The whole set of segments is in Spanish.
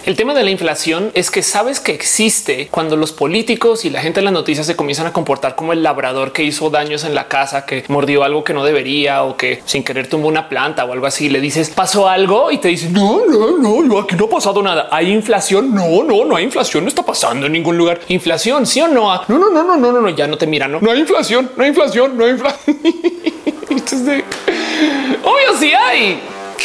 El tema de la inflación es que sabes que existe cuando los políticos y la gente en las noticias se comienzan a comportar como el labrador que hizo daños en la casa, que mordió algo que no debería o que sin querer tumbó una planta o algo así. Le dices pasó algo y te dicen no, aquí no ha pasado nada. Hay inflación. No hay inflación. No está pasando en ningún lugar. Inflación, sí o no. No. Ya no te miran. No hay inflación. Entonces, obvio, sí hay.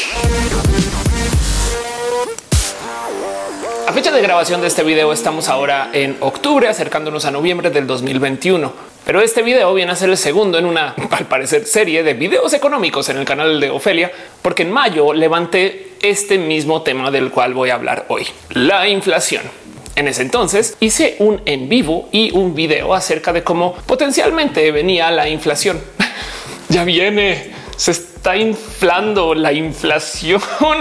A fecha de grabación de este video estamos ahora en octubre, acercándonos a noviembre del 2021. Pero este video viene a ser el segundo en una, al parecer, serie de videos económicos en el canal de Ofelia, porque en mayo levanté este mismo tema del cual voy a hablar hoy, la inflación. En ese entonces hice un en vivo y un video acerca de cómo potencialmente venía la inflación. Ya viene, se está inflando la inflación.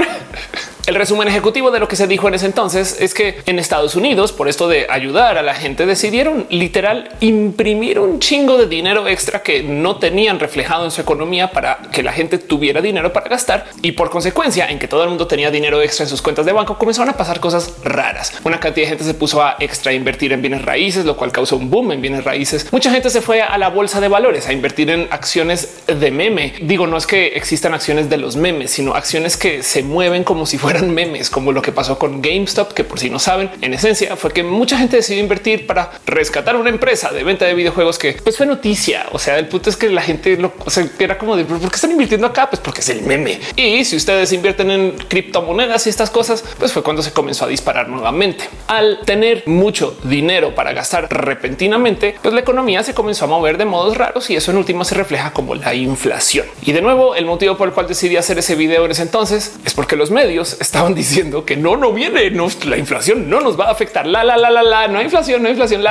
El resumen ejecutivo de lo que se dijo en ese entonces es que en Estados Unidos, por esto de ayudar a la gente, decidieron literal imprimir un chingo de dinero extra que no tenían reflejado en su economía para que la gente tuviera dinero para gastar. Y por consecuencia, en que todo el mundo tenía dinero extra en sus cuentas de banco, comenzaron a pasar cosas raras. Una cantidad de gente se puso a extra invertir en bienes raíces, lo cual causó un boom en bienes raíces. Mucha gente se fue a la bolsa de valores a invertir en acciones de meme. Digo, no es que existan acciones de los memes, sino acciones que se mueven como si fueran memes, como lo que pasó con GameStop, que por si no saben, en esencia fue que mucha gente decidió invertir para rescatar una empresa de venta de videojuegos que pues fue noticia. O sea, el punto es que la gente era como de ¿por qué están invirtiendo acá? Pues porque es el meme. Y si ustedes invierten en criptomonedas y estas cosas, pues fue cuando se comenzó a disparar nuevamente. Al tener mucho dinero para gastar repentinamente, pues la economía se comenzó a mover de modos raros y eso en última se refleja como la inflación. Y de nuevo, el motivo por el cual decidí hacer ese video en ese entonces es porque los medios estaban diciendo que no viene, la inflación no nos va a afectar. No hay inflación,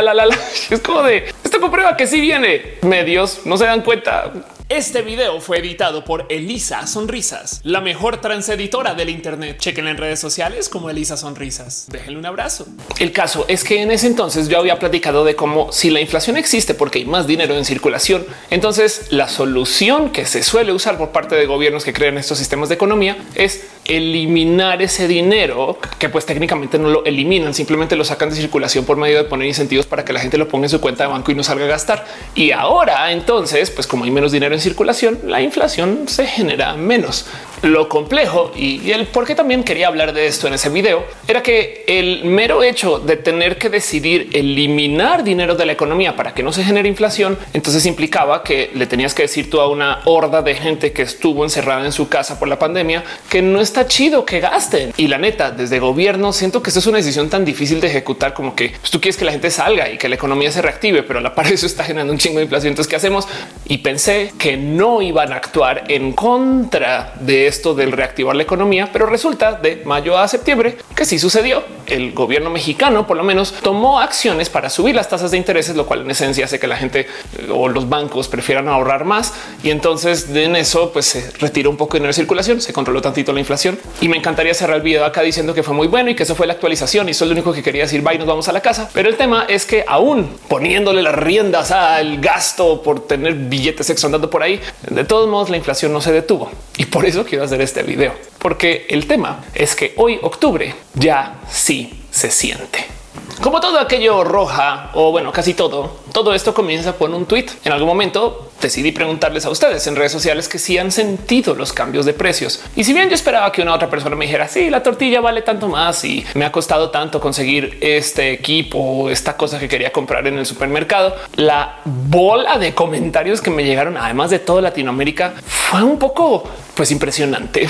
Es como de esto comprueba que sí viene. Medios no se dan cuenta. Este video fue editado por Elisa Sonrisas, la mejor transeditora del Internet. Chequen en redes sociales como Elisa Sonrisas. Déjenle un abrazo. El caso es que en ese entonces yo había platicado de cómo si la inflación existe porque hay más dinero en circulación, entonces la solución que se suele usar por parte de gobiernos que crean estos sistemas de economía es eliminar ese dinero que pues técnicamente no lo eliminan, simplemente lo sacan de circulación por medio de poner incentivos para que la gente lo ponga en su cuenta de banco y no salga a gastar. Y ahora entonces, pues como hay menos dinero en circulación, la inflación se genera menos. Lo complejo y el por qué también quería hablar de esto en ese video era que el mero hecho de tener que decidir eliminar dinero de la economía para que no se genere inflación, entonces implicaba que le tenías que decir tú a una horda de gente que estuvo encerrada en su casa por la pandemia que no está chido que gasten. Y la neta, desde gobierno siento que esto es una decisión tan difícil de ejecutar como que pues, tú quieres que la gente salga y que la economía se reactive, pero a la par eso está generando un chingo de inflación. Entonces, ¿qué hacemos? Y pensé que no iban a actuar en contra de esto del reactivar la economía, pero resulta de mayo a septiembre que sí sucedió. El gobierno mexicano por lo menos tomó acciones para subir las tasas de intereses, lo cual en esencia hace que la gente o los bancos prefieran ahorrar más y entonces en eso pues se retiró un poco de dinero de circulación, se controló tantito la inflación y me encantaría cerrar el video acá diciendo que fue muy bueno y que eso fue la actualización y eso es lo único que quería decir. Bye, nos vamos a la casa. Pero el tema es que aún poniéndole las riendas al gasto por tener billetes extra andando por ahí, de todos modos la inflación no se detuvo y por eso quiero hacer este video, porque el tema es que hoy octubre ya sí se siente. Como todo aquello roja o bueno, casi todo esto comienza con un tweet. En algún momento decidí preguntarles a ustedes en redes sociales que si han sentido los cambios de precios. Y si bien yo esperaba que una otra persona me dijera sí, la tortilla vale tanto más y me ha costado tanto conseguir este equipo o esta cosa que quería comprar en el supermercado, la bola de comentarios que me llegaron, además de toda Latinoamérica, fue un poco pues impresionante.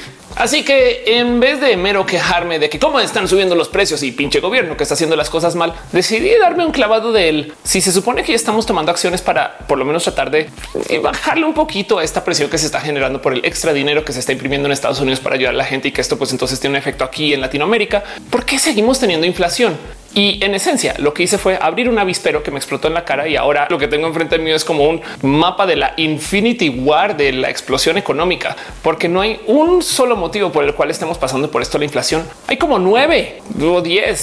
Así que en vez de mero quejarme de que cómo están subiendo los precios y pinche gobierno que está haciendo las cosas mal, decidí darme un clavado de él. Si se supone que ya estamos tomando acciones para por lo menos tratar de bajarle un poquito a esta presión que se está generando por el extra dinero que se está imprimiendo en Estados Unidos para ayudar a la gente y que esto pues entonces tiene un efecto aquí en Latinoamérica, ¿por qué seguimos teniendo inflación? Y en esencia lo que hice fue abrir un avispero que me explotó en la cara y ahora lo que tengo enfrente mío es como un mapa de la Infinity War de la explosión económica, porque no hay un solo motivo por el cual estemos pasando por esto la inflación. Hay como 9 o 10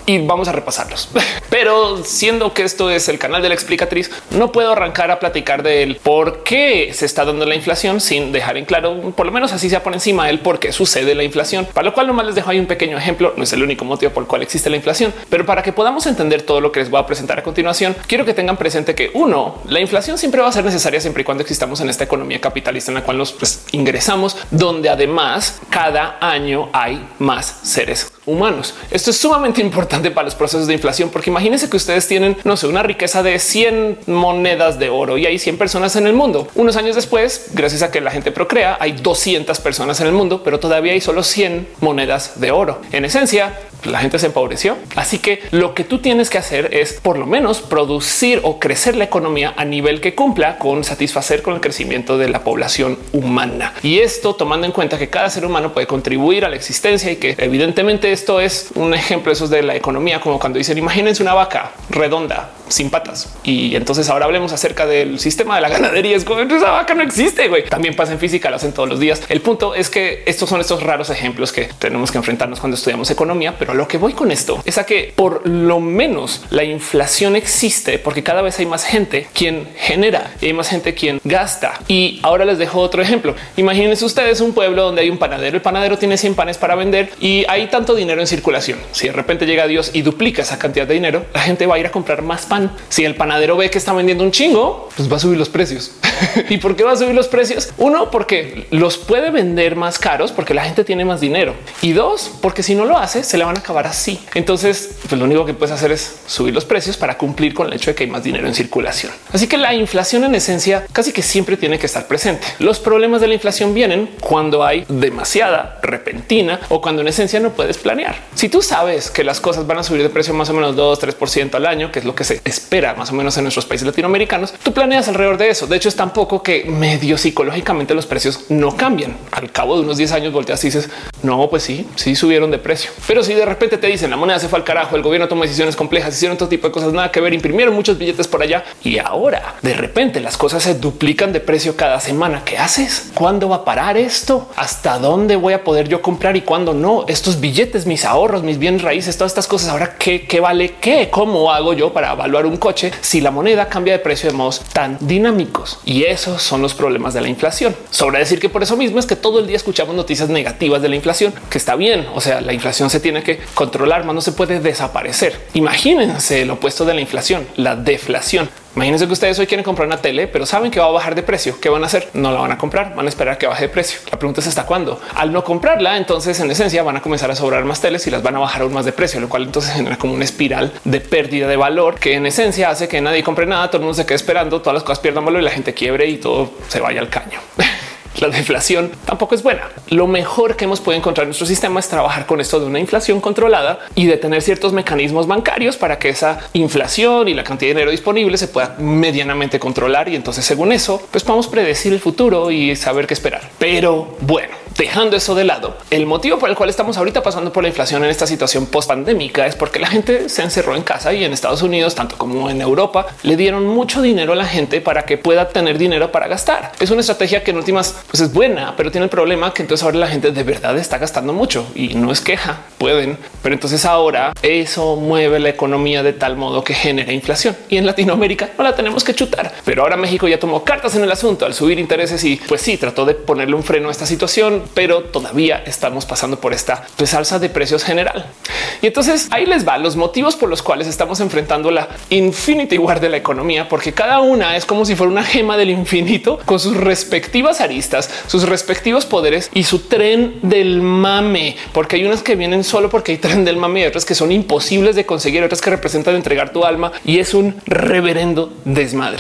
y vamos a repasarlos. Pero siendo que esto es el canal de la explicatriz, no puedo arrancar a platicar del por qué se está dando la inflación sin dejar en claro, por lo menos así se pone encima el por qué sucede la inflación, para lo cual nomás les dejo ahí un pequeño ejemplo. No es el único motivo por el cual existe la inflación, pero para que podamos entender todo lo que les voy a presentar a continuación, quiero que tengan presente que uno, la inflación siempre va a ser necesaria siempre y cuando existamos en esta economía capitalista en la cual nos ingresamos, donde además cada año hay más seres humanos. Esto es sumamente importante para los procesos de inflación, porque imagínense que ustedes tienen, no sé, una riqueza de 100 monedas de oro y hay 100 personas en el mundo. Unos años después, gracias a que la gente procrea, hay 200 personas en el mundo, pero todavía hay solo 100 monedas de oro. En esencia, la gente se empobreció. Así que lo que tú tienes que hacer es por lo menos producir o crecer la economía a nivel que cumpla con satisfacer con el crecimiento de la población humana. Y esto tomando en cuenta que cada ser humano puede contribuir a la existencia y que evidentemente esto es un ejemplo esos de la economía, como cuando dicen imagínense una vaca redonda sin patas. Y entonces ahora hablemos acerca del sistema de la ganadería. Es como esa vaca no existe. Güey. También pasa en física, lo hacen todos los días. El punto es que estos son estos raros ejemplos que tenemos que enfrentarnos cuando estudiamos economía. Pero lo que voy con esto es a que por lo menos la inflación existe porque cada vez hay más gente quien genera y hay más gente quien gasta. Y ahora les dejo otro ejemplo. Imagínense ustedes un pueblo donde hay un panadero. El panadero tiene 100 panes para vender y hay tanto dinero en circulación. Si de repente llega Dios y duplica esa cantidad de dinero, la gente va a ir a comprar más pan. Si el panadero ve que está vendiendo un chingo, pues va a subir los precios. ¿Y por qué va a subir los precios? Uno, porque los puede vender más caros porque la gente tiene más dinero. Y dos, porque si no lo hace, se le van a acabar así. Entonces, pues lo único que puedes hacer es subir los precios para cumplir con el hecho de que hay más dinero en circulación. Así que la inflación en esencia casi que siempre tiene que estar presente. Los problemas de la inflación vienen cuando hay demasiada repentina o cuando en esencia no puedes planear. Si tú sabes que las cosas van a subir de precio más o menos 2-3% al año, que es lo que se espera más o menos en nuestros países latinoamericanos, tú planeas alrededor de eso. De hecho, es tan poco que medio psicológicamente los precios no cambian. Al cabo de unos 10 años volteas y dices, no, pues sí subieron de precio. Pero si de repente te dicen la moneda se fue al carajo, el gobierno tomó decisiones complejas, hicieron todo tipo de cosas, nada que ver, imprimieron muchos billetes por allá y ahora de repente las cosas se duplican de precio cada semana. ¿Qué haces? ¿Cuándo va a parar esto? ¿Hasta dónde voy a poder yo comprar y cuándo no? Estos billetes, mis ahorros, mis bienes raíces, todas estas cosas. Ahora, ¿qué vale qué? ¿Cómo hago yo para evaluar un coche si la moneda cambia de precio de modos tan dinámicos? Y esos son los problemas de la inflación. Sobra decir que por eso mismo es que todo el día escuchamos noticias negativas de la inflación, que está bien. O sea, la inflación se tiene que controlar, más no se puede desaparecer. Imagínense el opuesto de la inflación, la deflación. Imagínense que ustedes hoy quieren comprar una tele, pero saben que va a bajar de precio. ¿Qué van a hacer? No la van a comprar, van a esperar que baje de precio. La pregunta es hasta cuándo. Al no comprarla, entonces en esencia van a comenzar a sobrar más teles y las van a bajar aún más de precio, lo cual entonces genera como una espiral de pérdida de valor que en esencia hace que nadie compre nada, todo el mundo se quede esperando, todas las cosas pierdan valor y la gente quiebre y todo se vaya al caño. La deflación tampoco es buena. Lo mejor que hemos podido encontrar en nuestro sistema es trabajar con esto de una inflación controlada y de tener ciertos mecanismos bancarios para que esa inflación y la cantidad de dinero disponible se pueda medianamente controlar. Y entonces, según eso, pues podemos predecir el futuro y saber qué esperar. Pero bueno, dejando eso de lado, el motivo por el cual estamos ahorita pasando por la inflación en esta situación post pandémica es porque la gente se encerró en casa y en Estados Unidos, tanto como en Europa, le dieron mucho dinero a la gente para que pueda tener dinero para gastar. Es una estrategia que en últimas pues es buena, pero tiene el problema que entonces ahora la gente de verdad está gastando mucho y no es queja, pueden, pero entonces ahora eso mueve la economía de tal modo que genera inflación y en Latinoamérica no la tenemos que chutar. Pero ahora México ya tomó cartas en el asunto al subir intereses y pues sí, trató de ponerle un freno a esta situación, pero todavía estamos pasando por esta pues alza de precios general. Y entonces ahí les va los motivos por los cuales estamos enfrentando la Infinity War de la economía, porque cada una es como si fuera una gema del infinito con sus respectivas aristas, sus respectivos poderes y su tren del mame, porque hay unas que vienen solo porque hay tren del mame y otras que son imposibles de conseguir, otras que representan entregar tu alma y es un reverendo desmadre.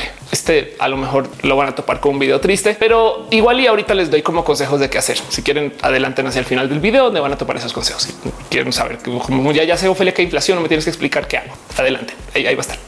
A lo mejor lo van a topar con un video triste, pero igual y ahorita les doy como consejos de qué hacer. Si quieren, adelanten hacia el final del video donde van a topar esos consejos. Si quieren saber como ya sé, Ofelia, que inflación, no me tienes que explicar qué hago. Adelante, ahí va a estar.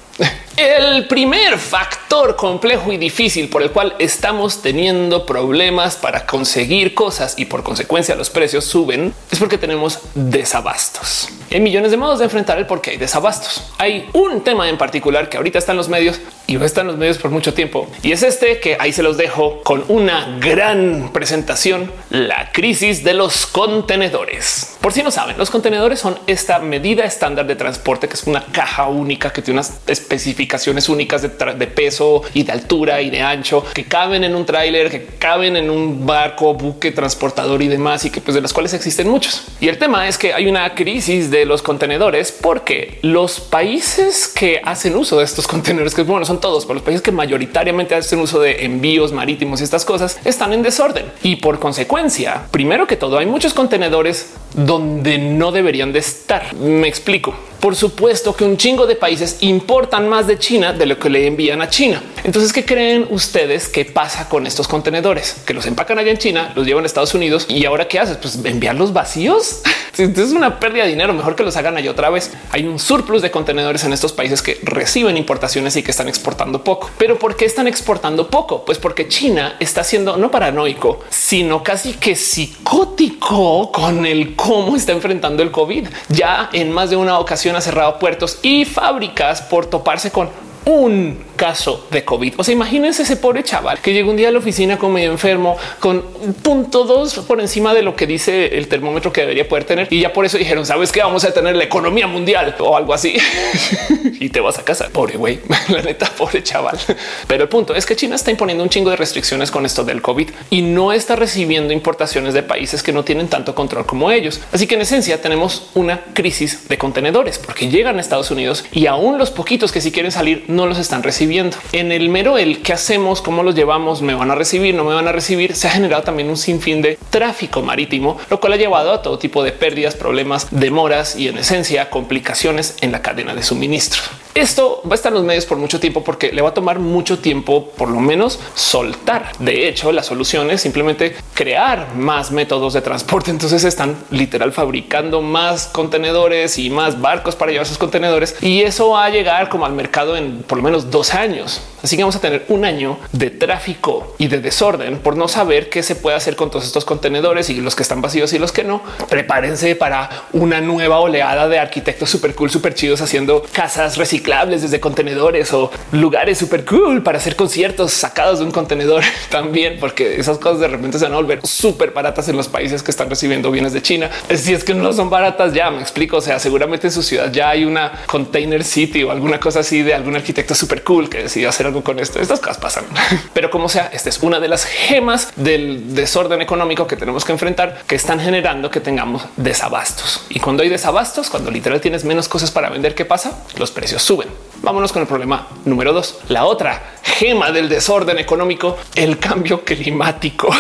El primer factor complejo y difícil por el cual estamos teniendo problemas para conseguir cosas y por consecuencia los precios suben es porque tenemos desabastos. Hay millones de modos de enfrentar el por qué hay desabastos. Hay un tema en particular que ahorita está en los medios y va a estar en los medios por mucho tiempo, y es este que ahí se los dejo con una gran presentación: la crisis de los contenedores. Por si no saben, los contenedores son esta medida estándar de transporte, que es una caja única que tiene unas especificaciones únicas de peso y de altura y de ancho, que caben en un tráiler, que caben en un barco, buque transportador y demás, y que pues de las cuales existen muchos. Y el tema es que hay una crisis de los contenedores porque los países que hacen uso de estos contenedores, que bueno, son todos, pero los países que mayoritariamente hacen uso de envíos marítimos y estas cosas, están en desorden. Y por consecuencia, primero que todo, hay muchos contenedores donde no deberían de estar. Me explico. Por supuesto que un chingo de países importan más de China de lo que le envían a China. Entonces, ¿qué creen ustedes que pasa con estos contenedores? Que los empacan allá en China, los llevan a Estados Unidos y ahora ¿qué haces? Pues enviarlos vacíos. Es una pérdida de dinero. Mejor que los hagan allá otra vez. Hay un surplus de contenedores en estos países que reciben importaciones y que están exportando poco. Pero ¿por qué están exportando poco? Pues porque China está siendo no paranoico, sino casi que psicótico con el cómo está enfrentando el COVID. Ya en más de una ocasión ha cerrado puertos y fábricas por toparse con un caso de COVID. O sea, imagínense ese pobre chaval que llegó un día a la oficina como medio enfermo con 0.2 por encima de lo que dice el termómetro que debería poder tener. Y ya por eso dijeron, sabes que vamos a tener la economía mundial o algo así y te vas a casa. Pobre güey, la neta, pobre chaval. Pero el punto es que China está imponiendo un chingo de restricciones con esto del COVID y no está recibiendo importaciones de países que no tienen tanto control como ellos. Así que en esencia tenemos una crisis de contenedores porque llegan a Estados Unidos y aún los poquitos que sí quieren salir no los están recibiendo. En el mero el qué hacemos, cómo los llevamos, me van a recibir, no me van a recibir, se ha generado también un sinfín de tráfico marítimo, lo cual ha llevado a todo tipo de pérdidas, problemas, demoras y en esencia complicaciones en la cadena de suministro. Esto va a estar en los medios por mucho tiempo porque le va a tomar mucho tiempo por lo menos soltar. De hecho, la solución es simplemente crear más métodos de transporte. Entonces están literal fabricando más contenedores y más barcos para llevar sus contenedores y eso va a llegar como al mercado en por lo menos 2 años. Así que vamos a tener un año de tráfico y de desorden por no saber qué se puede hacer con todos estos contenedores y los que están vacíos y los que no. Prepárense para una nueva oleada de arquitectos súper cool, súper chidos haciendo casas reciclables desde contenedores o lugares súper cool para hacer conciertos sacados de un contenedor también, porque esas cosas de repente se van a volver súper baratas en los países que están recibiendo bienes de China. Si es que no son baratas, ya me explico. O sea, seguramente en su ciudad ya hay una container city o alguna cosa así de algún arquitecto súper cool que decidió hacer algo con esto. Estas cosas pasan, pero como sea, esta es una de las gemas del desorden económico que tenemos que enfrentar, que están generando que tengamos desabastos. Y cuando hay desabastos, cuando literal tienes menos cosas para vender, ¿qué pasa? Los precios suben. Vámonos con el problema número 2. La otra gema del desorden económico, el cambio climático.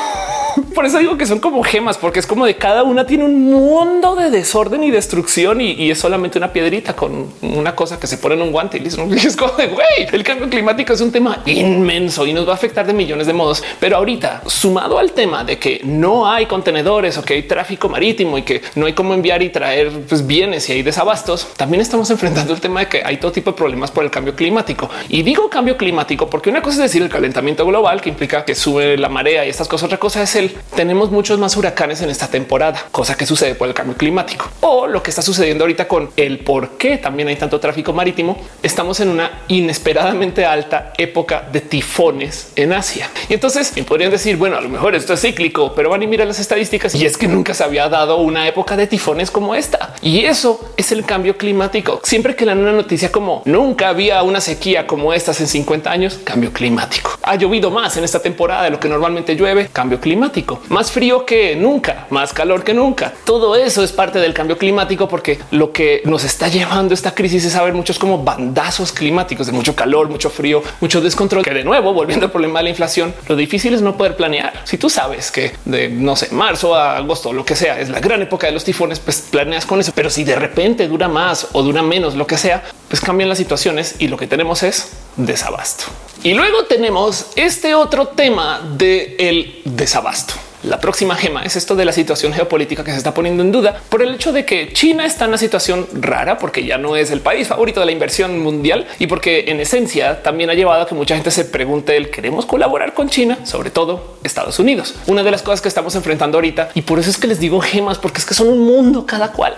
Por eso digo que son como gemas, porque es como de cada una tiene un mundo de desorden y destrucción y es solamente una piedrita con una cosa que se pone en un guante y listo. Es como de güey, el cambio climático es un tema inmenso y nos va a afectar de millones de modos. Pero ahorita, sumado al tema de que no hay contenedores o que hay tráfico marítimo y que no hay cómo enviar y traer bienes y hay desabastos, también estamos enfrentando el tema de que hay todo tipo de problemas por el cambio climático. Y digo cambio climático porque una cosa es decir el calentamiento global, que implica que sube la marea y estas cosas. Otra cosa es tenemos muchos más huracanes en esta temporada, cosa que sucede por el cambio climático o lo que está sucediendo ahorita con el por qué también hay tanto tráfico marítimo. Estamos en una inesperadamente alta época de tifones en Asia. Y entonces podrían decir, bueno, a lo mejor esto es cíclico, pero van y miran las estadísticas y es que nunca se había dado una época de tifones como esta. Y eso es el cambio climático. Siempre que dan una noticia como nunca había una sequía como estas en 50 años, cambio climático. Ha llovido más en esta temporada de lo que normalmente llueve, cambio climático. Más frío que nunca, más calor que nunca. Todo eso es parte del cambio climático, porque lo que nos está llevando esta crisis es a ver muchos como bandazos climáticos de mucho calor, mucho frío, mucho descontrol, que de nuevo, volviendo al problema de la inflación, lo difícil es no poder planear. Si tú sabes que de, no sé, marzo a agosto, lo que sea, es la gran época de los tifones, pues planeas con eso. Pero si de repente dura más o dura menos, lo que sea, pues cambian las situaciones y lo que tenemos es desabasto. Y luego tenemos este otro tema del desabasto. La próxima gema es esto de la situación geopolítica que se está poniendo en duda por el hecho de que China está en una situación rara porque ya no es el país favorito de la inversión mundial y porque en esencia también ha llevado a que mucha gente se pregunte el queremos colaborar con China, sobre todo Estados Unidos. Una de las cosas que estamos enfrentando ahorita y por eso es que les digo gemas, porque es que son un mundo cada cual.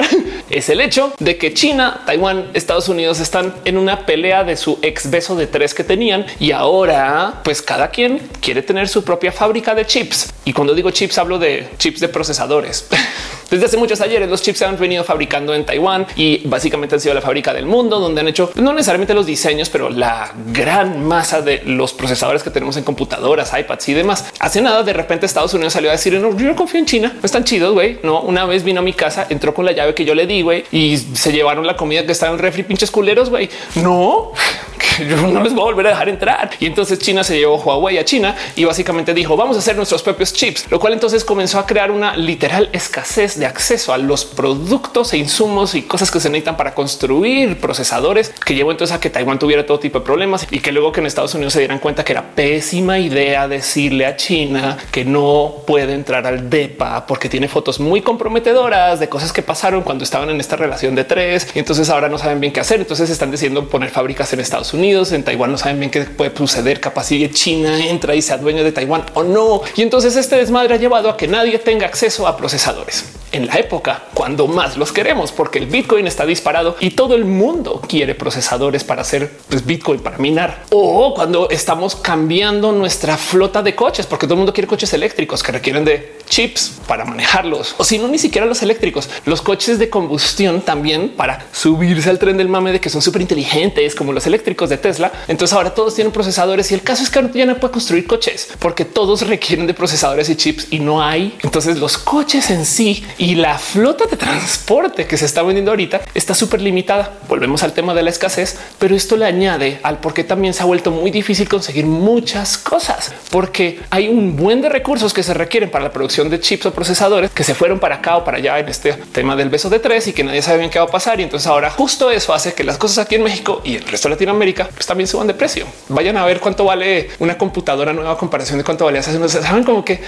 es el hecho de que China, Taiwán, Estados Unidos están en una pelea de su ex beso de tres que tenían y ahora pues cada quien quiere tener su propia fábrica de chips. Y cuando digo chips hablo de chips de procesadores. Desde hace muchos ayeres los chips se han venido fabricando en Taiwán y básicamente han sido la fábrica del mundo donde han hecho no necesariamente los diseños, pero la gran masa de los procesadores que tenemos en computadoras, iPads y demás. Hace nada de repente Estados Unidos salió a decir no, yo no confío en China, no están chidos, güey. No, una vez vino a mi casa, entró con la llave que yo le di, güey, y se llevaron la comida que estaba en el refri, pinches culeros, güey. No, que yo no les voy a volver a dejar entrar. Y entonces China se llevó Huawei a China y básicamente dijo vamos a hacer nuestros propios chips, lo cual entonces comenzó a crear una literal escasez de acceso a los productos e insumos y cosas que se necesitan para construir procesadores, que llevó entonces a que Taiwán tuviera todo tipo de problemas y que luego que en Estados Unidos se dieran cuenta que era pésima idea decirle a China que no puede entrar al DEPA porque tiene fotos muy comprometedoras de cosas que pasaron cuando estaban en esta relación de tres y entonces ahora no saben bien qué hacer. Entonces están decidiendo poner fábricas en Estados Unidos, en Taiwán no saben bien qué puede suceder, capaz si China entra y se adueña de Taiwán o no. Y entonces este desmadre ha llevado a que nadie tenga acceso a procesadores en la época cuando más los queremos, porque el Bitcoin está disparado y todo el mundo quiere procesadores para hacer Bitcoin, para minar, o cuando estamos cambiando nuestra flota de coches, porque todo el mundo quiere coches eléctricos que requieren de chips para manejarlos, o si no, ni siquiera los eléctricos, los coches de combustión también para subirse al tren del mame de que son súper inteligentes como los eléctricos de Tesla. Entonces ahora todos tienen procesadores y el caso es que ya no puede construir coches porque todos requieren de procesadores y chips y no hay. Entonces los coches en sí y la flota de transporte que se está vendiendo ahorita está súper limitada. Volvemos al tema de la escasez, pero esto le añade al por qué también se ha vuelto muy difícil conseguir muchas cosas, porque hay un buen de recursos que se requieren para la producción de chips o procesadores que se fueron para acá o para allá en este tema del beso de tres y que nadie sabe bien qué va a pasar. Y entonces ahora justo eso hace que las cosas aquí en México y el resto de Latinoamérica pues también suban de precio. Vayan a ver cuánto vale una computadora nueva a comparación de cuánto valía hace unos, saben como que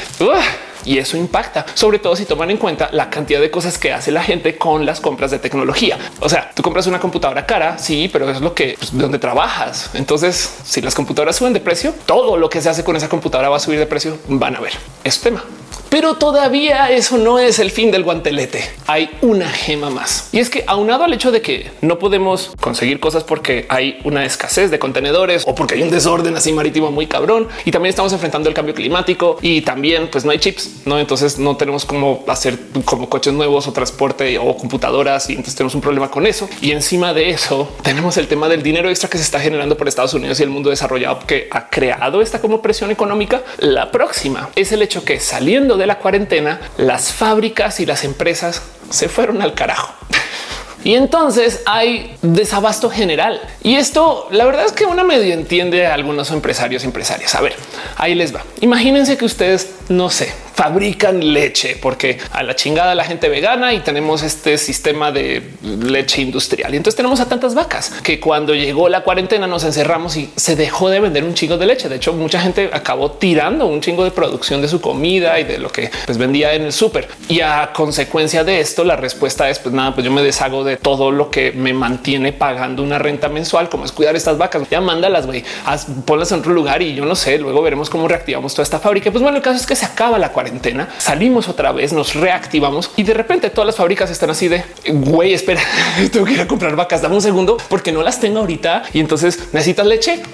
y eso impacta, sobre todo si toman en cuenta la cantidad de cosas que hace la gente con las compras de tecnología. O sea, tú compras una computadora cara, sí, pero es lo que donde trabajas. Entonces, si las computadoras suben de precio, todo lo que se hace con esa computadora va a subir de precio. Van a ver, es tema. Pero todavía eso no es el fin del guantelete. Hay una gema más. Y es que aunado al hecho de que no podemos conseguir cosas porque hay una escasez de contenedores o porque hay un desorden así marítimo muy cabrón y también estamos enfrentando el cambio climático y también pues no hay chips, no? Entonces no tenemos cómo hacer como coches nuevos o transporte o computadoras y entonces tenemos un problema con eso. Y encima de eso tenemos el tema del dinero extra que se está generando por Estados Unidos y el mundo desarrollado que ha creado esta como presión económica. La próxima es el hecho que saliendo de la cuarentena, las fábricas y las empresas se fueron al carajo. Y entonces hay desabasto general. Y esto, la verdad es que una medio entiende a algunos empresarios y empresarias. A ver, ahí les va. Imagínense que ustedes, no sé, fabrican leche porque a la chingada la gente vegana y tenemos este sistema de leche industrial. Y entonces tenemos a tantas vacas que cuando llegó la cuarentena nos encerramos y se dejó de vender un chingo de leche. De hecho, mucha gente acabó tirando un chingo de producción de su comida y de lo que pues vendía en el súper. Y a consecuencia de esto, la respuesta es pues nada, pues yo me deshago de todo lo que me mantiene pagando una renta mensual, como es cuidar estas vacas. Ya mándalas, güey, ponlas en otro lugar y yo no sé, luego veremos cómo reactivamos toda esta fábrica. Pues bueno, el caso es que se acaba la cuarentena, salimos otra vez, nos reactivamos y de repente todas las fábricas están así de güey, espera, tengo que ir a comprar vacas, dame un segundo porque no las tengo ahorita y entonces necesitas leche.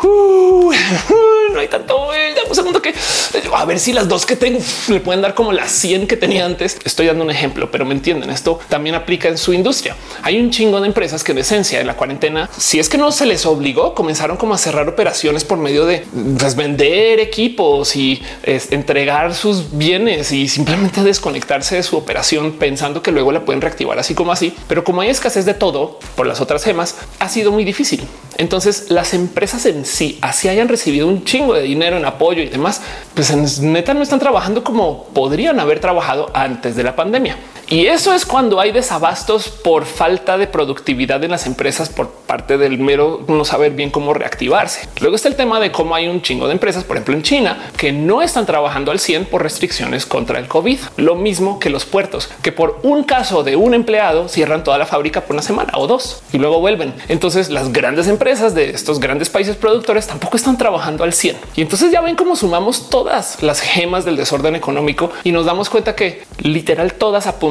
No hay tanto, dame un segundo que a ver si las dos que tengo le pueden dar como las 100 que tenía antes. Estoy dando un ejemplo, pero me entienden. Esto también aplica en su industria. Hay un chingo de empresas que en esencia en la cuarentena, si es que no se les obligó, comenzaron como a cerrar operaciones por medio de pues, vender equipos y entregar sus bienes y simplemente desconectarse de su operación pensando que luego la pueden reactivar así como así. Pero como hay escasez de todo por las otras gemas, ha sido muy difícil. Entonces las empresas en sí, así hayan recibido un chingo de dinero en apoyo y demás, pues en neta no están trabajando como podrían haber trabajado antes de la pandemia. Y eso es cuando hay desabastos por falta de productividad en las empresas por parte del mero no saber bien cómo reactivarse. Luego está el tema de cómo hay un chingo de empresas, por ejemplo en China, que no están trabajando al 100 por restricciones contra el COVID. Lo mismo que los puertos, que por un caso de un empleado cierran toda la fábrica por una semana o dos y luego vuelven. Entonces las grandes empresas de estos grandes países productores tampoco están trabajando al 100. Y entonces ya ven cómo sumamos todas las gemas del desorden económico y nos damos cuenta que literal todas apuntan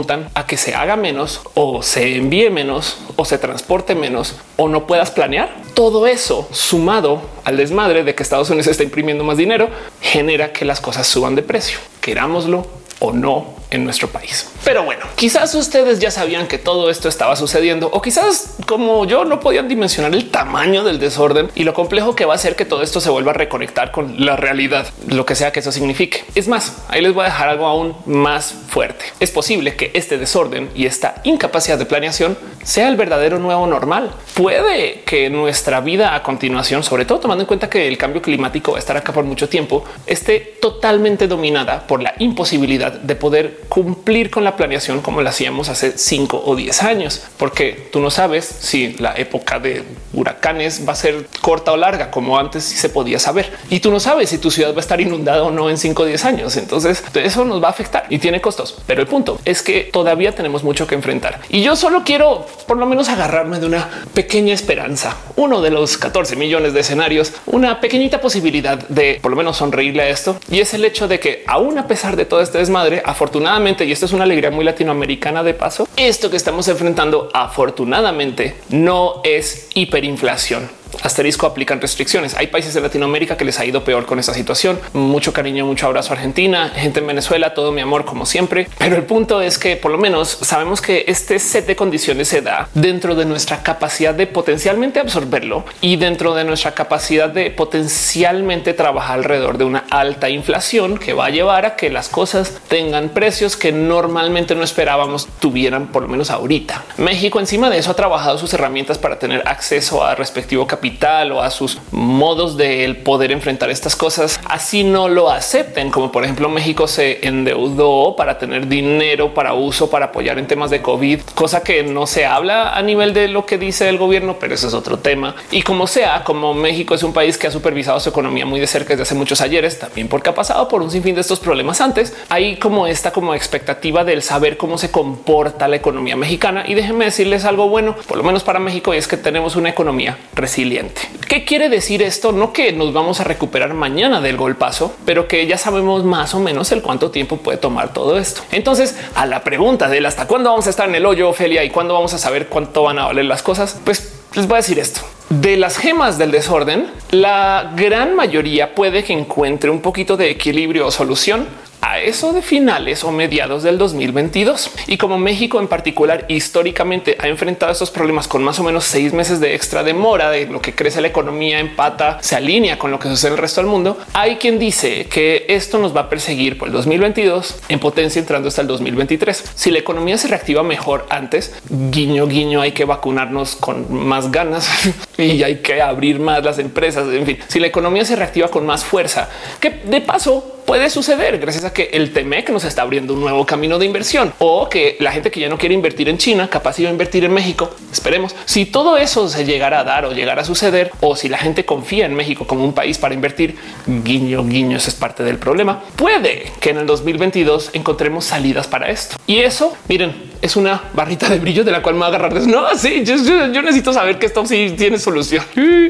apuntan a que se haga menos o se envíe menos o se transporte menos o no puedas planear. Todo eso sumado al desmadre de que Estados Unidos está imprimiendo más dinero genera que las cosas suban de precio, querámoslo o no en nuestro país. Pero bueno, quizás ustedes ya sabían que todo esto estaba sucediendo o quizás como yo no podían dimensionar el tamaño del desorden y lo complejo que va a ser que todo esto se vuelva a reconectar con la realidad, lo que sea que eso signifique. Es más, ahí les voy a dejar algo aún más fuerte. Es posible que este desorden y esta incapacidad de planeación sea el verdadero nuevo normal. Puede que nuestra vida a continuación, sobre todo tomando en cuenta que el cambio climático va a estar acá por mucho tiempo, esté totalmente dominada por la imposibilidad de poder cumplir con la planeación como la hacíamos hace 5 o 10 años, porque tú no sabes si la época de huracanes va a ser corta o larga, como antes sí se podía saber, y tú no sabes si tu ciudad va a estar inundada o no en 5 o 10 años. Entonces eso nos va a afectar y tiene costos, pero el punto es que todavía tenemos mucho que enfrentar y yo solo quiero por lo menos agarrarme de una pequeña esperanza, uno de los 14 millones de escenarios, una pequeñita posibilidad de por lo menos sonreírle a esto, y es el hecho de que aún a pesar de todo este desmadre, afortunadamente, y esto es una alegría muy latinoamericana de paso, esto que estamos enfrentando afortunadamente no es hiperinflación. Asterisco, aplican restricciones. Hay países de Latinoamérica que les ha ido peor con esta situación. Mucho cariño, mucho abrazo a Argentina, gente en Venezuela, todo mi amor como siempre. Pero el punto es que por lo menos sabemos que este set de condiciones se da dentro de nuestra capacidad de potencialmente absorberlo y dentro de nuestra capacidad de potencialmente trabajar alrededor de una alta inflación que va a llevar a que las cosas tengan precios que normalmente no esperábamos tuvieran, por lo menos ahorita. México encima de eso ha trabajado sus herramientas para tener acceso a respectivo capital o a sus modos de poder enfrentar estas cosas. Así no lo acepten, como por ejemplo México se endeudó para tener dinero para uso, para apoyar en temas de COVID, cosa que no se habla a nivel de lo que dice el gobierno, pero eso es otro tema. Y como sea, como México es un país que ha supervisado su economía muy de cerca desde hace muchos ayeres, también porque ha pasado por un sinfín de estos problemas antes, hay como esta como expectativa del saber cómo se comporta la economía mexicana. Y déjenme decirles algo bueno, por lo menos para México, y es que tenemos una economía resiliente. ¿Qué quiere decir esto? No que nos vamos a recuperar mañana del golpazo, pero que ya sabemos más o menos el cuánto tiempo puede tomar todo esto. Entonces, a la pregunta del hasta cuándo vamos a estar en el hoyo, Ofelia, y cuándo vamos a saber cuánto van a valer las cosas, pues les voy a decir esto. De las gemas del desorden, la gran mayoría puede que encuentre un poquito de equilibrio o solución a eso de finales o mediados del 2022. Y como México en particular históricamente ha enfrentado estos problemas con más o menos 6 meses de extra demora de lo que crece la economía, empata, se alinea con lo que sucede en el resto del mundo, hay quien dice que esto nos va a perseguir por el 2022 en potencia entrando hasta el 2023. Si la economía se reactiva mejor antes, guiño, guiño, hay que vacunarnos con más ganas y hay que abrir más las empresas. En fin, si la economía se reactiva con más fuerza, que de paso puede suceder gracias a que el TEMEC nos está abriendo un nuevo camino de inversión, o que la gente que ya no quiere invertir en China capaz iba a invertir en México. Esperemos. Si todo eso se llegara a dar o llegara a suceder, o si la gente confía en México como un país para invertir, guiño, guiño, eso es parte del problema. Puede que en el 2022 encontremos salidas para esto. Y eso, miren, es una barrita de brillo de la cual me voy a agarrar. No, sí, yo necesito saber que esto sí tiene solución.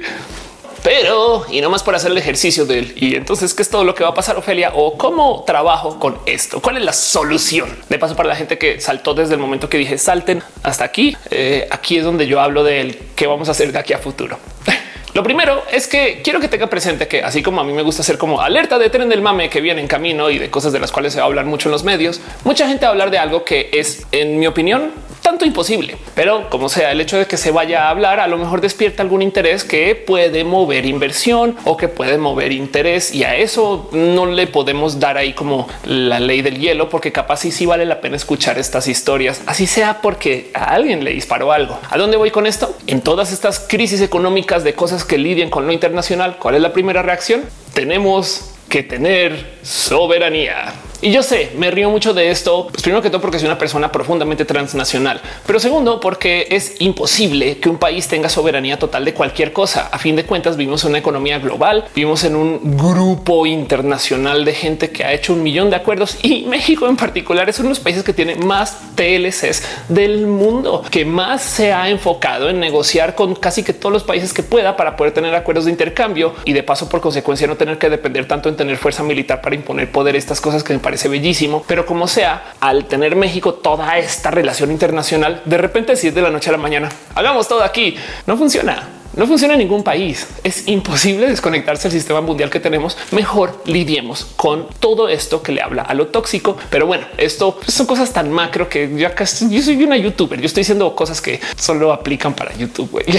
Pero y no más por hacer el ejercicio de él. Y entonces, ¿qué es todo lo que va a pasar, Ofelia? ¿O cómo trabajo con esto? ¿Cuál es la solución? De paso, para la gente que saltó desde el momento que dije salten hasta aquí, aquí es donde yo hablo de qué vamos a hacer de aquí a futuro. Lo primero es que quiero que tenga presente que así como a mí me gusta hacer como alerta de tren del mame que viene en camino y de cosas de las cuales se va a hablar mucho en los medios, mucha gente va a hablar de algo que es, en mi opinión, tanto imposible, pero como sea, el hecho de que se vaya a hablar a lo mejor despierta algún interés que puede mover inversión o que puede mover interés, y a eso no le podemos dar ahí como la ley del hielo, porque capaz sí vale la pena escuchar estas historias, así sea porque a alguien le disparó algo. ¿A dónde voy con esto? En todas estas crisis económicas de cosas que lidian con lo internacional, ¿cuál es la primera reacción? Tenemos que tener soberanía. Y yo sé, me río mucho de esto, pues primero que todo porque soy una persona profundamente transnacional, pero segundo porque es imposible que un país tenga soberanía total de cualquier cosa. A fin de cuentas vivimos en una economía global, vivimos en un grupo internacional de gente que ha hecho 1 millón de acuerdos, y México en particular es uno de los países que tiene más TLCs del mundo, que más se ha enfocado en negociar con casi que todos los países que pueda para poder tener acuerdos de intercambio y de paso por consecuencia no tener que depender tanto en tener fuerza militar para imponer poder, estas cosas que me parece bellísimo, pero como sea, al tener México toda esta relación internacional, de repente decir de la noche a la mañana, hagamos todo aquí, no funciona. No funciona en ningún país. Es imposible desconectarse del sistema mundial que tenemos. Mejor lidiemos con todo esto que le habla a lo tóxico. Pero bueno, esto son cosas tan macro que ya casi yo soy una youtuber. Yo estoy diciendo cosas que solo aplican para YouTube. Güey.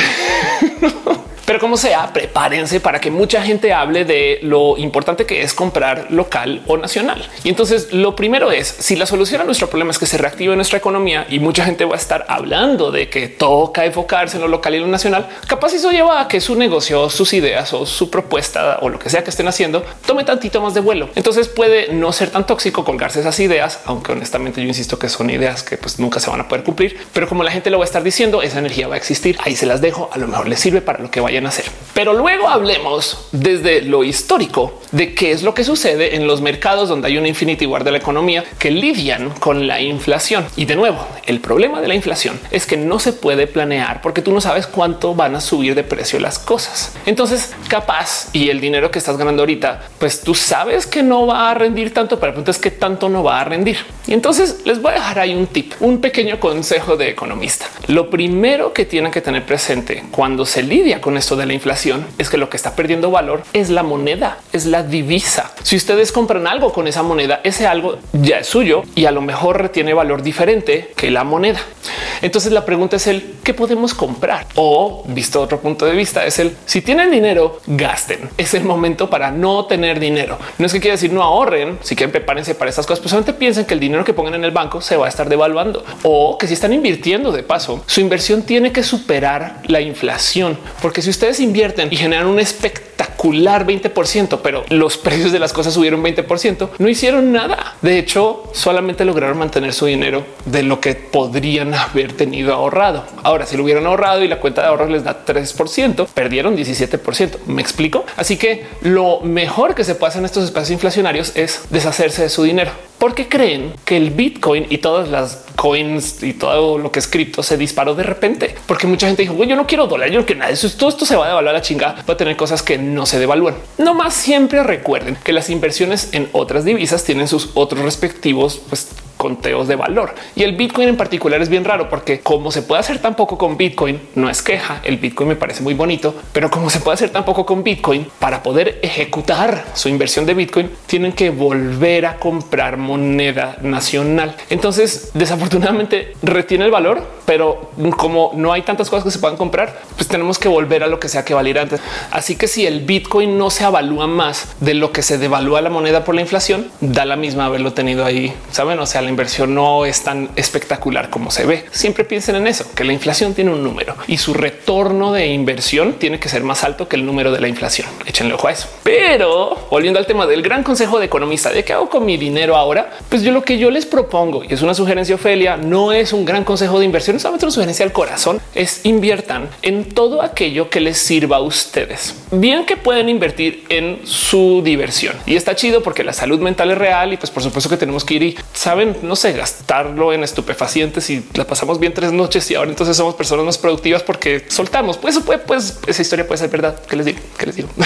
Pero como sea, prepárense para que mucha gente hable de lo importante que es comprar local o nacional. Y entonces lo primero es, si la solución a nuestro problema es que se reactive nuestra economía y mucha gente va a estar hablando de que toca enfocarse en lo local y lo nacional, capaz eso lleva a que su negocio, sus ideas o su propuesta o lo que sea que estén haciendo tome tantito más de vuelo. Entonces puede no ser tan tóxico colgarse esas ideas, aunque honestamente yo insisto que son ideas que pues nunca se van a poder cumplir. Pero como la gente lo va a estar diciendo, esa energía va a existir. Ahí se las dejo. A lo mejor les sirve para lo que vayan a hacer. Pero luego hablemos desde lo histórico de qué es lo que sucede en los mercados donde hay una Infinity War de la economía que lidian con la inflación. Y de nuevo, el problema de la inflación es que no se puede planear porque tú no sabes cuánto van a subir de precio las cosas. Entonces, capaz y el dinero que estás ganando ahorita, pues tú sabes que no va a rendir tanto, pero la pregunta es qué tanto no va a rendir. Y entonces les voy a dejar ahí un tip, un pequeño consejo de economista. Lo primero que tienen que tener presente cuando se lidia con esto de la inflación es que lo que está perdiendo valor es la moneda, es la divisa. Si ustedes compran algo con esa moneda, ese algo ya es suyo y a lo mejor retiene valor diferente que la moneda. Entonces la pregunta es el qué podemos comprar, o visto otro punto de vista es el si tienen dinero, gasten. Es el momento para no tener dinero. No es que quiera decir no ahorren, si quieren prepárense para estas cosas, pero solamente piensen que el dinero que pongan en el banco se va a estar devaluando o que si están invirtiendo de paso, su inversión tiene que superar la inflación, porque si ustedes invierten y generan un espectacular 20%, pero los precios de las cosas subieron 20%, no hicieron nada. De hecho, solamente lograron mantener su dinero de lo que podrían haber tenido ahorrado. Ahora, si lo hubieran ahorrado y la cuenta de ahorros les da 3%, perdieron 17%. ¿Me explico? Así que lo mejor que se puede hacer en estos espacios inflacionarios es deshacerse de su dinero. Porque creen que el Bitcoin y todas las coins y todo lo que es cripto se disparó de repente, porque mucha gente dijo, güey, yo no quiero dólar, yo no quiero nada. Todo esto se va a devaluar la chingada. Va a tener cosas que no se devalúan. No más, siempre recuerden que las inversiones en otras divisas tienen sus otros respectivos conteos de valor, y el Bitcoin en particular es bien raro porque como se puede hacer tan poco con Bitcoin, no es queja. El Bitcoin me parece muy bonito, pero como se puede hacer tan poco con Bitcoin, para poder ejecutar su inversión de Bitcoin tienen que volver a comprar moneda nacional. Entonces, desafortunadamente retiene el valor, pero como no hay tantas cosas que se puedan comprar, pues tenemos que volver a lo que sea que valiera antes. Así que si el Bitcoin no se avalúa más de lo que se devalúa la moneda por la inflación, da la misma haberlo tenido ahí, saben? O sea, la inversión no es tan espectacular como se ve. Siempre piensen en eso, que la inflación tiene un número y su retorno de inversión tiene que ser más alto que el número de la inflación. Échenle ojo a eso. Pero volviendo al tema del gran consejo de economista de qué hago con mi dinero ahora, pues yo lo que yo les propongo, y es una sugerencia, Ofelia, no es un gran consejo de inversión, es solamente una sugerencia al corazón, es inviertan en todo aquello que les sirva a ustedes. Bien que pueden invertir en su diversión y está chido porque la salud mental es real y pues por supuesto que tenemos que ir y saben, no sé, gastarlo en estupefacientes y la pasamos bien 3 noches y ahora entonces somos personas más productivas porque soltamos. Pues eso puede, pues esa historia puede ser verdad. ¿Qué les digo? ¿Qué les digo?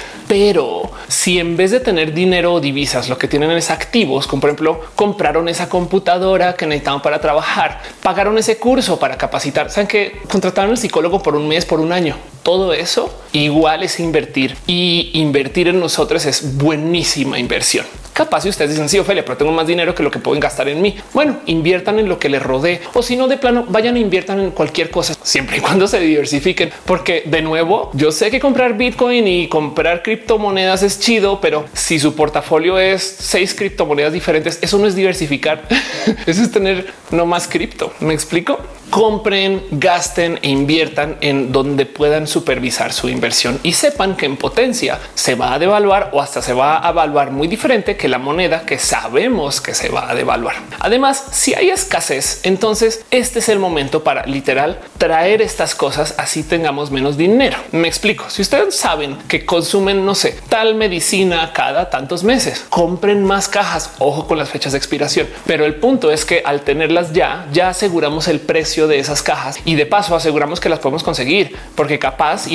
Pero si en vez de tener dinero o divisas, lo que tienen es activos, como por ejemplo, compraron esa computadora que necesitaban para trabajar, pagaron ese curso para capacitar, saben que contrataron al psicólogo por un mes, por un año, todo eso igual es invertir, y invertir en nosotros es buenísima inversión. Capaz si ustedes dicen sí, Ofelia, pero tengo más dinero que lo que pueden gastar en mí. Bueno, inviertan en lo que les rodee, o si no, de plano vayan e inviertan en cualquier cosa, siempre y cuando se diversifiquen, porque de nuevo, yo sé que comprar Bitcoin y comprar criptomonedas es chido, pero si su portafolio es 6 criptomonedas diferentes, eso no es diversificar. Eso es tener no más cripto. ¿Me explico? Compren, gasten e inviertan en donde puedan supervisar su inversión y sepan que en potencia se va a devaluar o hasta se va a evaluar muy diferente que la moneda que sabemos que se va a devaluar. Además, si hay escasez, entonces este es el momento para literal traer estas cosas, así tengamos menos dinero. Me explico. Si ustedes saben que consumen, no sé, tal medicina cada tantos meses, compren más cajas. Ojo con las fechas de expiración, pero el punto es que al tenerlas ya aseguramos el precio de esas cajas y de paso aseguramos que las podemos conseguir, porque capaz y en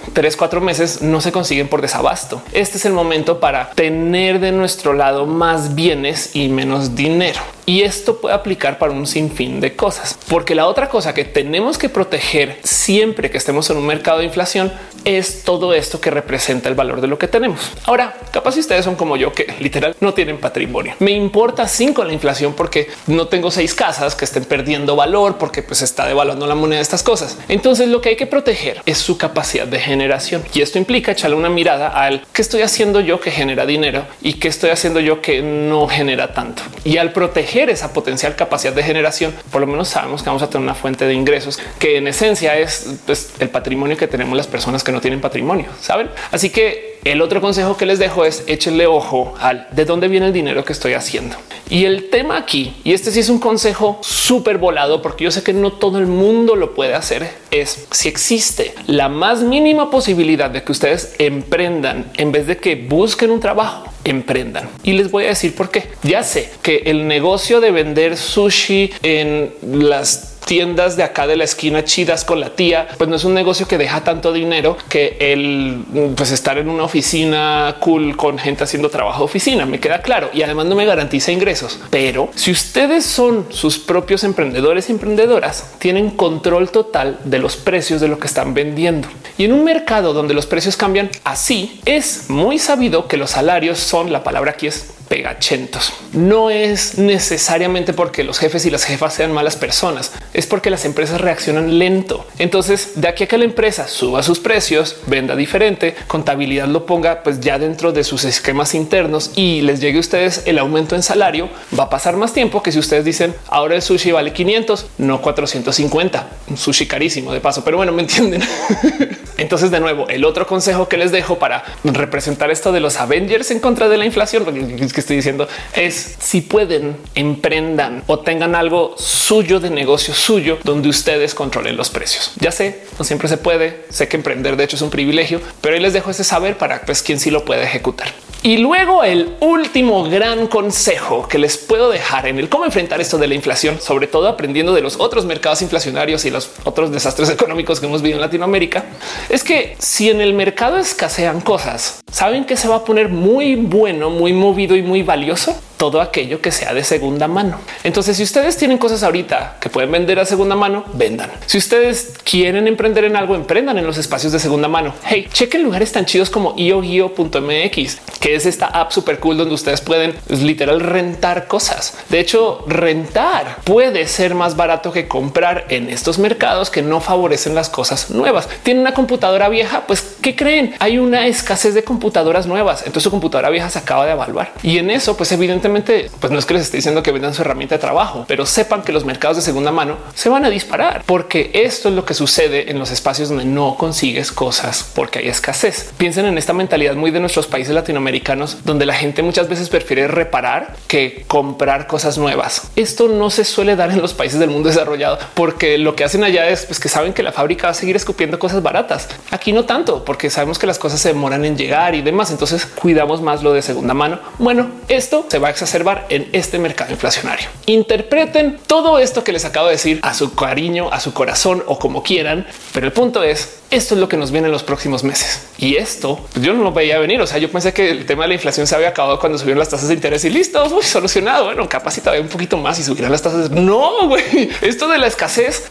3, 4 meses no se consiguen por desabasto. Este es el momento para tener de nuestro lado más bienes y menos dinero. Y esto puede aplicar para un sinfín de cosas, porque la otra cosa que tenemos que proteger siempre que estemos en un mercado de inflación es todo esto que representa el valor de lo que tenemos. Ahora, capaz si ustedes son como yo, que literal no tienen patrimonio. Me importa 5 la inflación porque no tengo 6 casas que estén perdiendo valor porque pues está devaluando la moneda de estas cosas. Entonces lo que hay que proteger es su capacidad de generación, y esto implica echarle una mirada al qué estoy haciendo yo que genera dinero y qué estoy haciendo yo que no genera tanto. Y al proteger esa potencial capacidad de generación, por lo menos sabemos que vamos a tener una fuente de ingresos que en esencia es pues, el patrimonio que tenemos las personas que no tienen patrimonio, ¿saben? Así que el otro consejo que les dejo es échenle ojo al de dónde viene el dinero que estoy haciendo. Y el tema aquí, y este sí es un consejo súper volado porque yo sé que no todo el mundo lo puede hacer, es si existe la más mínima posibilidad de que ustedes emprendan en vez de que busquen un trabajo, emprendan. Y les voy a decir por qué. Ya sé que el negocio de vender sushi en las tiendas de acá de la esquina chidas con la tía, pues no es un negocio que deja tanto dinero que el pues estar en una oficina cool con gente haciendo trabajo de oficina. Me queda claro, y además no me garantiza ingresos. Pero si ustedes son sus propios emprendedores y emprendedoras, tienen control total de los precios de lo que están vendiendo. Y en un mercado donde los precios cambian así, es muy sabido que los salarios son, la palabra aquí es pegachentos. No es necesariamente porque los jefes y las jefas sean malas personas, es porque las empresas reaccionan lento. Entonces, de aquí a que la empresa suba sus precios, venda diferente, contabilidad lo ponga pues ya dentro de sus esquemas internos y les llegue a ustedes el aumento en salario, va a pasar más tiempo que si ustedes dicen ahora el sushi vale 500, no 450. Un sushi carísimo de paso, pero bueno, me entienden. Entonces, de nuevo, el otro consejo que les dejo para representar esto de los Avengers en contra de la inflación, porque es que estoy diciendo es si pueden, emprendan o tengan algo suyo de negocio suyo donde ustedes controlen los precios. Ya sé, no siempre se puede. Sé que emprender de hecho es un privilegio, pero ahí les dejo ese saber para pues quien sí lo puede ejecutar. Y luego el último gran consejo que les puedo dejar en el cómo enfrentar esto de la inflación, sobre todo aprendiendo de los otros mercados inflacionarios y los otros desastres económicos que hemos vivido en Latinoamérica, es que si en el mercado escasean cosas, saben que se va a poner muy bueno, muy movido y muy valioso todo aquello que sea de segunda mano. Entonces, si ustedes tienen cosas ahorita que pueden vender a segunda mano, vendan. Si ustedes quieren emprender en algo, emprendan en los espacios de segunda mano. Hey, chequen lugares tan chidos como ioguio.mx, que es esta app súper cool donde ustedes pueden literal rentar cosas. De hecho, rentar puede ser más barato que comprar en estos mercados que no favorecen las cosas nuevas. Tienen una computadora vieja, pues ¿qué creen? Hay una escasez de computadoras nuevas. Entonces su computadora vieja se acaba de evaluar y en eso, pues evidentemente, pues no es que les esté diciendo que vendan su herramienta de trabajo, pero sepan que los mercados de segunda mano se van a disparar porque esto es lo que sucede en los espacios donde no consigues cosas porque hay escasez. Piensen en esta mentalidad muy de nuestros países latinoamericanos, donde la gente muchas veces prefiere reparar que comprar cosas nuevas. Esto no se suele dar en los países del mundo desarrollado porque lo que hacen allá es pues, que saben que la fábrica va a seguir escupiendo cosas baratas. Aquí no tanto porque sabemos que las cosas se demoran en llegar y demás. Entonces cuidamos más lo de segunda mano. Bueno, esto se va a exacerbar en este mercado inflacionario. Interpreten todo esto que les acabo de decir a su cariño, a su corazón o como quieran. Pero el punto es, esto es lo que nos viene en los próximos meses. Y esto pues yo no lo veía venir. O sea, yo pensé que el tema de la inflación se había acabado cuando subieron las tasas de interés y listo, solucionado. Bueno, capaz si todavía un poquito más y subirán las tasas. No, güey, esto de la escasez.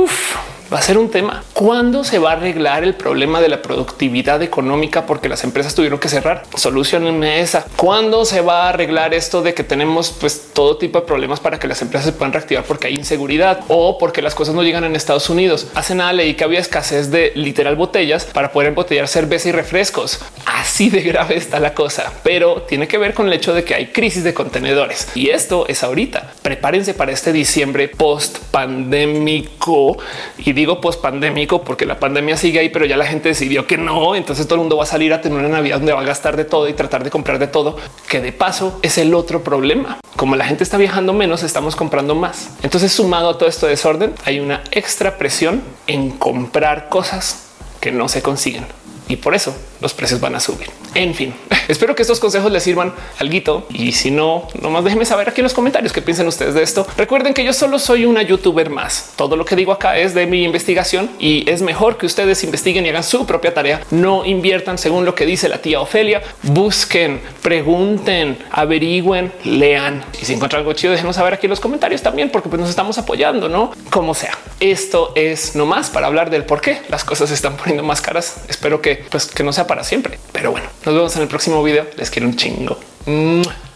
Va a ser un tema. ¿Cuándo se va a arreglar el problema de la productividad económica porque las empresas tuvieron que cerrar? Solucionenme esa. ¿Cuándo se va a arreglar esto de que tenemos pues todo tipo de problemas para que las empresas se puedan reactivar porque hay inseguridad o porque las cosas no llegan en Estados Unidos? Hace nada leí que había escasez de literal botellas para poder embotellar cerveza y refrescos. Así de grave está la cosa, pero tiene que ver con el hecho de que hay crisis de contenedores y esto es ahorita. Prepárense para este diciembre post pandémico y digo post pandémico porque la pandemia sigue ahí, pero ya la gente decidió que no. Entonces todo el mundo va a salir a tener una Navidad donde va a gastar de todo y tratar de comprar de todo, que de paso es el otro problema. Como la gente está viajando menos, estamos comprando más. Entonces, sumado a todo esto desorden, hay una extra presión en comprar cosas que no se consiguen. Y por eso los precios van a subir. En fin, espero que estos consejos les sirvan alguito y si no, nomás déjenme saber aquí en los comentarios qué piensan ustedes de esto. Recuerden que yo solo soy una youtuber más. Todo lo que digo acá es de mi investigación y es mejor que ustedes investiguen y hagan su propia tarea. No inviertan según lo que dice la tía Ofelia. Busquen, pregunten, averigüen, lean y si encuentran algo chido, déjenos saber aquí en los comentarios también, porque pues nos estamos apoyando, no como sea. Esto es nomás para hablar del por qué las cosas se están poniendo más caras. Espero que no sea para siempre, pero bueno, nos vemos en el próximo video. Les quiero un chingo.